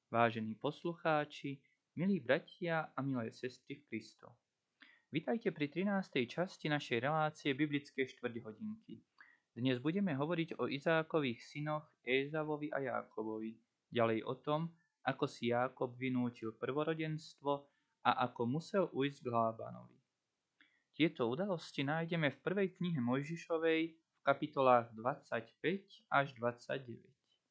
Vážení poslucháči, milí bratia a milé sestry v Kristu. Vitajte pri 13. časti našej relácie Biblické štvrťhodinky. Dnes budeme hovoriť o Izákových synoch Ézavovi a Jákobovi. Ďalej o tom, ako si Jákob vynútil prvorodenstvo a ako musel ujsť k Lábanovi. Tieto udalosti nájdeme v prvej knihe Mojžišovej v kapitolách 25 až 29.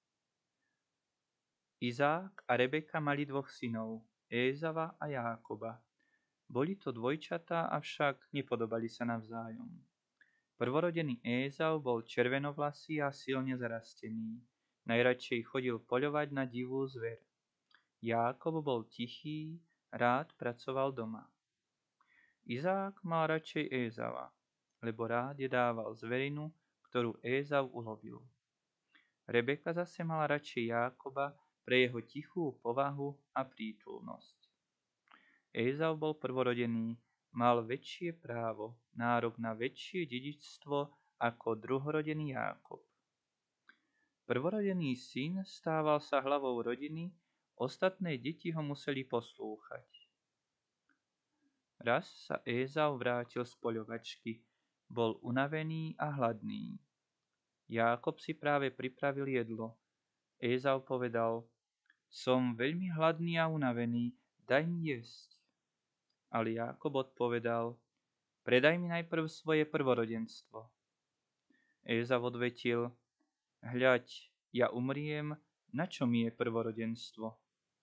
Izák a Rebeka mali dvoch synov, Ézava a Jákoba. Boli to dvojčatá, avšak nepodobali sa navzájom. Prvorodený Ézav bol červenovlasý a silne zarastený. Najradšej chodil poľovať na divú zver. Jákob bol tichý, rád pracoval doma. Izák mal radšej Ézava, lebo rád jedával zverinu, ktorú Ézav ulovil. Rebeka zase mala radšej Jákoba pre jeho tichú povahu a prítulnosť. Ézau bol prvorodený, mal väčšie právo, nárok na väčšie dedičstvo ako druhorodený Jákob. Prvorodený syn stával sa hlavou rodiny, ostatné deti ho museli poslúchať. Raz sa Ézau vrátil z poľovačky, bol unavený a hladný. Jákob si práve pripravil jedlo. Ézau povedal: Som veľmi hladný a unavený, daj mi jesť. Ale Jákob odpovedal: Predaj mi najprv svoje prvorodenstvo. Ézau odvetil: Hľaď, ja umriem, na čo mi je prvorodenstvo?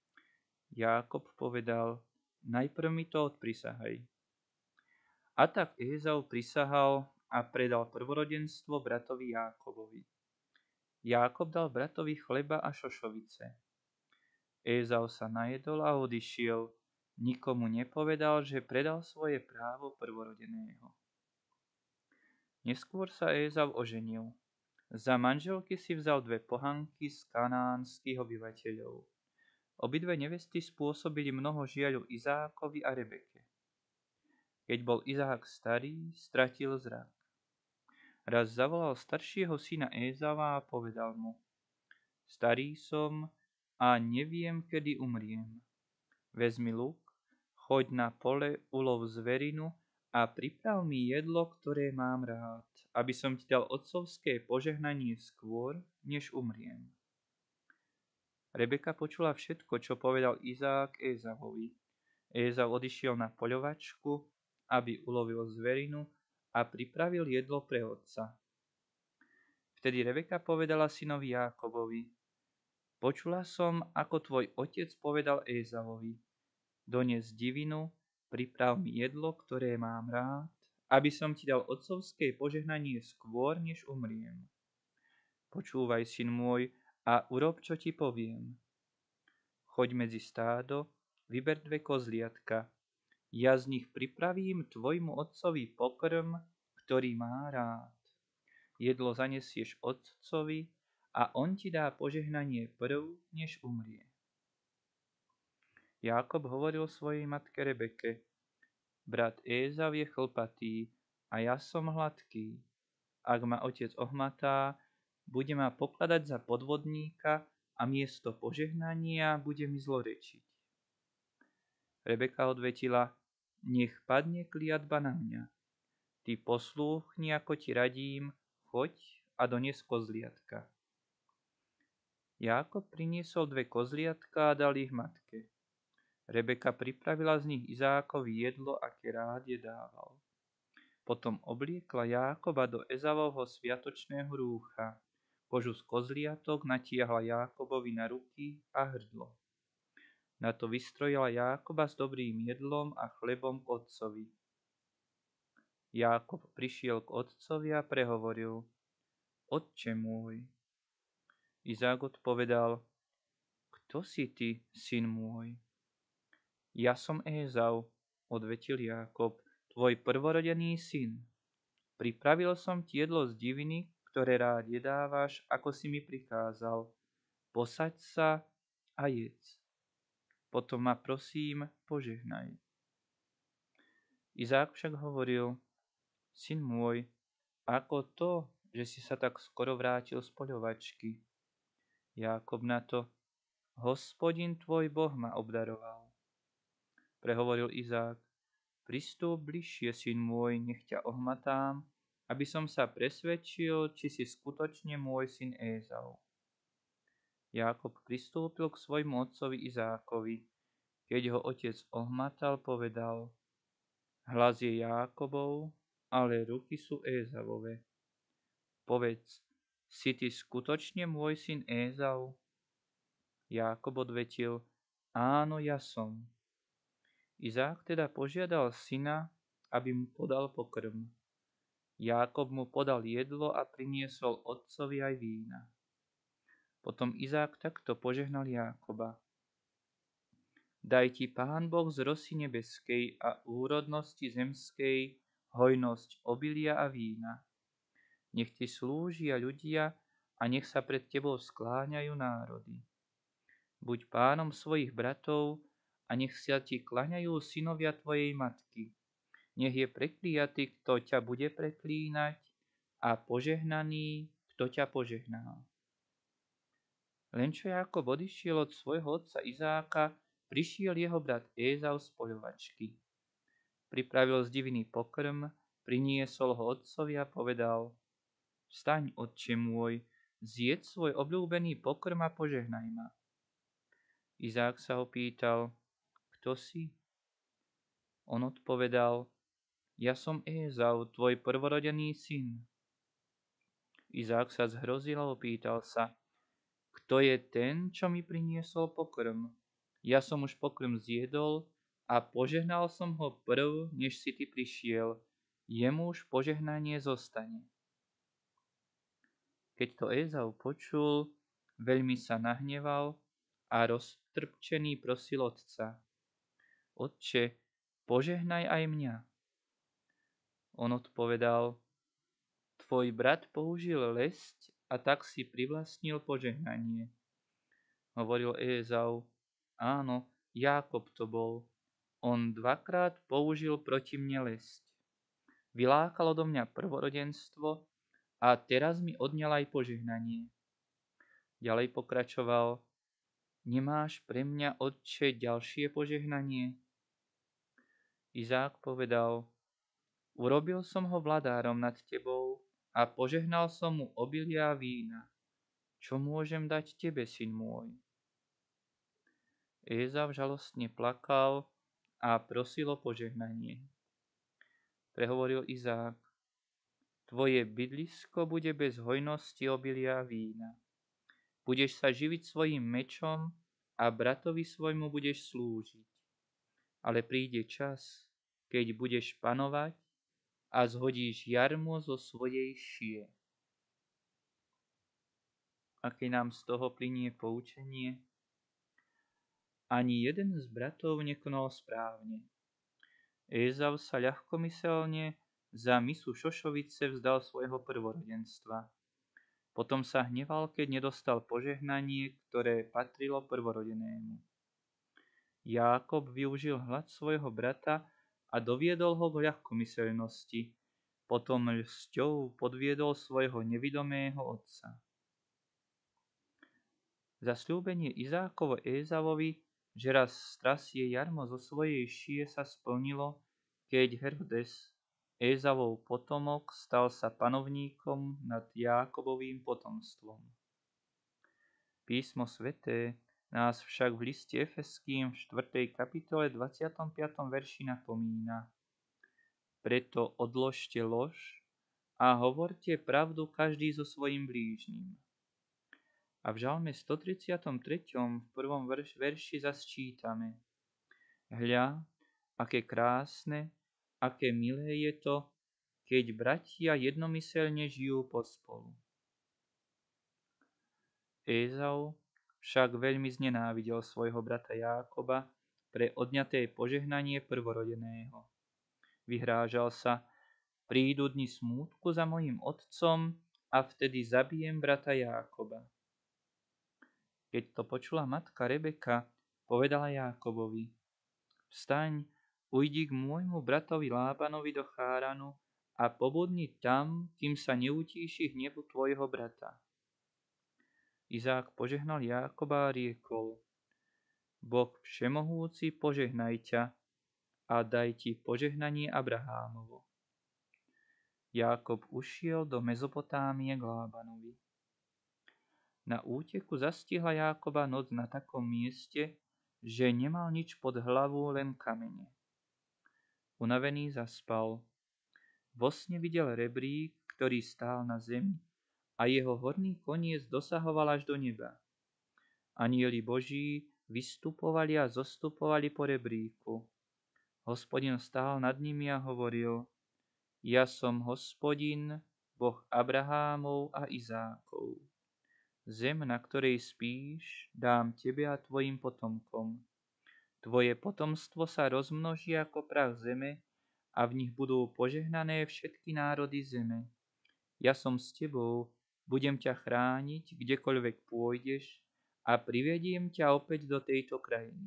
Jákob povedal: Najprv mi to odprisahaj. A tak Ézau prisahal a predal prvorodenstvo bratovi Jákobovi. Jákob dal bratovi chleba a šošovice. Ézau sa najedol a odišiel, nikomu nepovedal, že predal svoje právo prvorodeného. Neskôr sa Ézau oženil. Za manželky si vzal dve pohanky z kanánskych obyvateľov. Obidve nevesty spôsobili mnoho žiaľu Izákovi a Rebeke. Keď bol Izák starý, stratil zrak. Raz zavolal staršieho syna Ézava a povedal mu: Starý som a neviem, kedy umriem. Vezmi luk, choď na pole, ulov zverinu a priprav mi jedlo, ktoré mám rád, aby som ti dal otcovské požehnanie skôr, než umriem. Rebeka počula všetko, čo povedal Izák Ézavovi. Ézau odišiel na poľovačku, aby ulovil zverinu a pripravil jedlo pre otca. Vtedy Rebeka povedala synovi Jákobovi: Počula som, ako tvoj otec povedal Ézavovi: Donies divinu, priprav mi jedlo, ktoré mám rád, aby som ti dal otcovské požehnanie skôr, než umriem. Počúvaj, syn môj, a urob, čo ti poviem. Choď medzi stádo, vyber dve kozliatka. Ja z nich pripravím tvojmu otcovi pokrm, ktorý má rád. Jedlo zanesieš otcovi a on ti dá požehnanie prv, než umrie. Jákob hovoril svojej matke Rebeke: Brat Ézau je chlpatý a ja som hladký. Ak ma otec ohmatá, bude ma pokladať za podvodníka a miesto požehnania bude mi zlorečiť. Rebeka odvetila: Nech padne kliatba na mňa. Ty poslúchni, ako ti radím, choď a donies kozliatka. Jákob priniesol dve kozliatka a dal ich matke. Rebeka pripravila z nich Izákovi jedlo, aké rád jedával. Potom obliekla Jákoba do Ezavovho sviatočného rúcha. Kožu z kozliatok natiahla Jákobovi na ruky a hrdlo. Na to vystrojila Jákoba s dobrým jedlom a chlebom k otcovi. Jákob prišiel k otcovi a prehovoril: Otče môj. Izák odpovedal: Kto si ty, syn môj? Ja som Ézau, odvetil Jákob, tvoj prvorodený syn. Pripravil som ti jedlo z diviny, ktoré rád jedávaš, ako si mi prikázal. Posaď sa a jedz. Potom ma prosím požehnaj. Izák však hovoril: Syn môj, ako to, že si sa tak skoro vrátil z poľovačky? Jákob na to: Hospodin tvoj Boh ma obdaroval. Prehovoril Izák: Pristúp bližšie, syn môj, nech ťa ohmatám, aby som sa presvedčil, či si skutočne môj syn Ézau. Jákob pristúpil k svojmu otcovi Izákovi. Keď ho otec ohmatal, povedal: Hlas je Jákobov, ale ruky sú Ézavove. Povedz, si ty skutočne môj syn Ézau? Jákob odvetil: Áno, ja som. Izák teda požiadal syna, aby mu podal pokrm. Jákob mu podal jedlo a priniesol otcovi aj vína. Potom Izák takto požehnal Jákoba: Daj ti Pán Boh z rosy nebeskej a úrodnosti zemskej hojnosť obilia a vína. Nech ti slúžia ľudia a nech sa pred tebou skláňajú národy. Buď pánom svojich bratov a nech sa ti klaňajú synovia tvojej matky. Nech je prekliatý, kto ťa bude preklínať, a požehnaný, kto ťa požehná. Len čo Jákob odišiel od svojho otca Izáka, prišiel jeho brat Ézau z poľovačky. Pripravil zdivný pokrm, priniesol ho otcovi a povedal: Vstaň, otče môj, zjedz svoj obľúbený pokrm a požehnaj ma. Izák sa ho pýtal: Kto si? On odpovedal: Ja som Ézau, tvoj prvorodený syn. Izák sa zhrozil a opýtal sa: Kto je ten, čo mi priniesol pokrm? Ja som už pokrm zjedol a požehnal som ho prv, než si ty prišiel. Jemu už požehnanie zostane. Keď to Ézau počul, veľmi sa nahneval a roztrpčený prosil otca: Otče, požehnaj aj mňa. On odpovedal: Tvoj brat použil lesť a tak si privlastnil požehnanie. Hovoril Ézau: Áno, Jákob to bol. On dvakrát použil proti mne lesť. Vylákal odo mňa prvorodenstvo a teraz mi odňal aj požehnanie. Ďalej pokračoval: Nemáš pre mňa, otče, ďalšie požehnanie? Izák povedal: Urobil som ho vladárom nad tebou a požehnal som mu obilia a vína. Čo môžem dať tebe, syn môj? Ézau žalostne plakal a prosil o požehnanie. Prehovoril Izák: Tvoje bydlisko bude bez hojnosti obilia a vína. Budeš sa živiť svojim mečom a bratovi svojmu budeš slúžiť. Ale príde čas, keď budeš panovať a zhodíš jarmo zo svojej šie. Aké nám z toho plynie poučenie? Ani jeden z bratov nekonal správne. Ézau sa ľahkomyselne za misu šošovice vzdal svojho prvorodenstva. Potom sa hneval, keď nedostal požehnanie, ktoré patrilo prvorodenému. Jákob využil hlad svojho brata a doviedol ho k ľahkomyselnosti. Potom ľsťou podviedol svojho nevidomého otca. Zasľúbenie Izákovo Ézavovi, že raz strasie jarmo zo svojej šie, sa splnilo, keď Herodes, Ézavov potomok, stal sa panovníkom nad Jákobovým potomstvom. Písmo sväté nás však v liste Efeským v 4. kapitole 25. verši napomína: Preto odložte lož a hovorte pravdu každý so svojím blížnym. A v žalme 133. v 1. verši zas čítame: Hľa, aké krásne, aké milé je to, keď bratia jednomyselne žijú pospolu. Ézau však veľmi znenávidel svojho brata Jákoba pre odňaté požehnanie prvorodeného. Vyhrážal sa: Prídu dni smútku za mojím otcom a vtedy zabijem brata Jákoba. Keď to počula matka Rebeka, povedala Jákobovi: Vstaň, ujdi k môjmu bratovi Lábanovi do Cháranu a pobudni tam, kým sa neutíši hnevu tvojho brata. Izák požehnal Jákoba a riekol: Boh všemohúci požehnaj ťa a daj ti požehnanie Abrahámovo. Jákob ušiel do Mezopotámie k Lábanovi. Na úteku zastihla Jákoba noc na takom mieste, že nemal nič pod hlavou, len kamene. Unavený zaspal. Vo sne videl rebrík, ktorý stál na zemi a jeho horný koniec dosahoval až do neba. Anjeli Boží vystupovali a zostupovali po rebríku. Hospodin stál nad nimi a hovoril: Ja som Hospodin, Boh Abrahámov a Izákov. Zem, na ktorej spíš, dám tebe a tvojim potomkom. Tvoje potomstvo sa rozmnoží ako prach zeme a v nich budú požehnané všetky národy zeme. Ja som s tebou, budem ťa chrániť, kdekoľvek pôjdeš a privediem ťa opäť do tejto krajiny.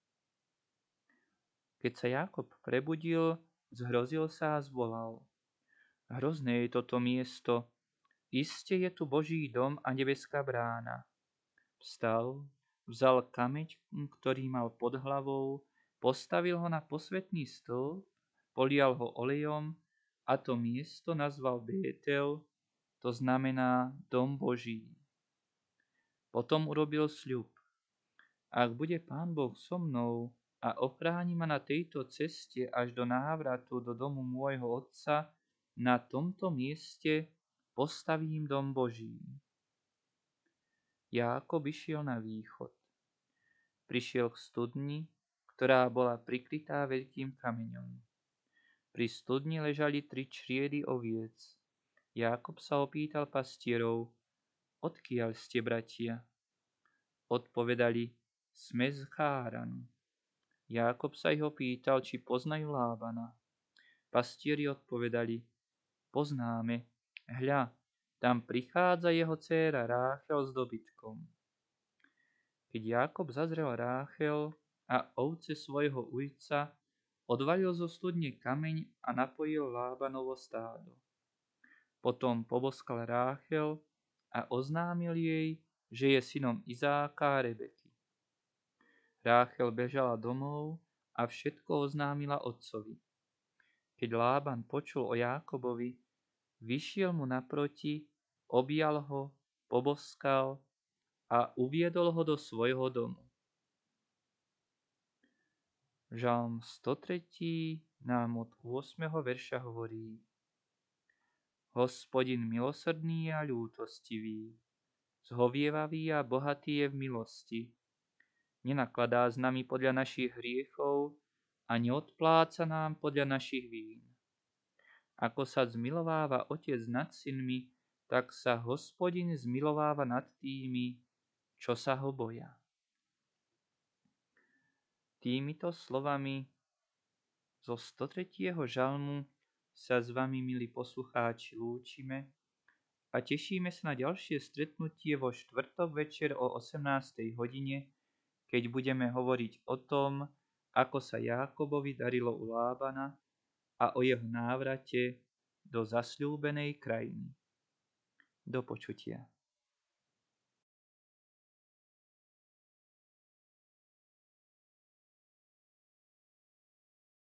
Keď sa Jákob prebudil, zhrozil sa a zvolal: Hrozné je toto miesto, iste je tu Boží dom a nebeská brána. Vstal, vzal kameň, ktorý mal pod hlavou, postavil ho na posvätný stĺp, polial ho olejom a to miesto nazval Bétel, to znamená Dom Boží. Potom urobil sľub: Ak bude Pán Boh so mnou a ochráni ma na tejto ceste až do návratu do domu môjho otca, na tomto mieste postavím Dom Boží. Jákob išiel na východ. Prišiel k studni, ktorá bola prikrytá veľkým kameňom. Pri studni ležali 3 čriedy oviec. Jákob sa opýtal pastierov: Odkiaľ ste, bratia? Odpovedali: Sme z Cháranu. Jákob sa ich opýtal, či poznajú Lábana. Pastieri odpovedali: Poznáme. Hľa, tam prichádza jeho dcéra Ráchel s dobytkom. Keď Jákob zazrel Ráchel a ovce svojho ujca, odvalil zo studne kameň a napojil Lábanovo stádo. Potom poboskal Ráchel a oznámil jej, že je synom Izáka a Rebeky. Ráchel bežala domov a všetko oznámila otcovi. Keď Lában počul o Jákobovi, vyšiel mu naproti, objal ho, poboskal a uviedol ho do svojho domu. Žalm 103 nám od 8. verša hovorí: Hospodin milosrdný a ľútostivý, zhovievavý a bohatý je v milosti. Nenakladá s nami podľa našich hriechov a neodpláca nám podľa našich vín. Ako sa zmilováva otec nad synmi, tak sa Hospodin zmilováva nad tými, čo sa ho boja. Týmito slovami zo 103. žalmu sa s vami, milí poslucháči, lúčime a tešíme sa na ďalšie stretnutie vo štvrtok večer o 18. hodine, keď budeme hovoriť o tom, ako sa Jákobovi darilo u Lábana a o jeho návrate do zasľúbenej krajiny. Do počutia.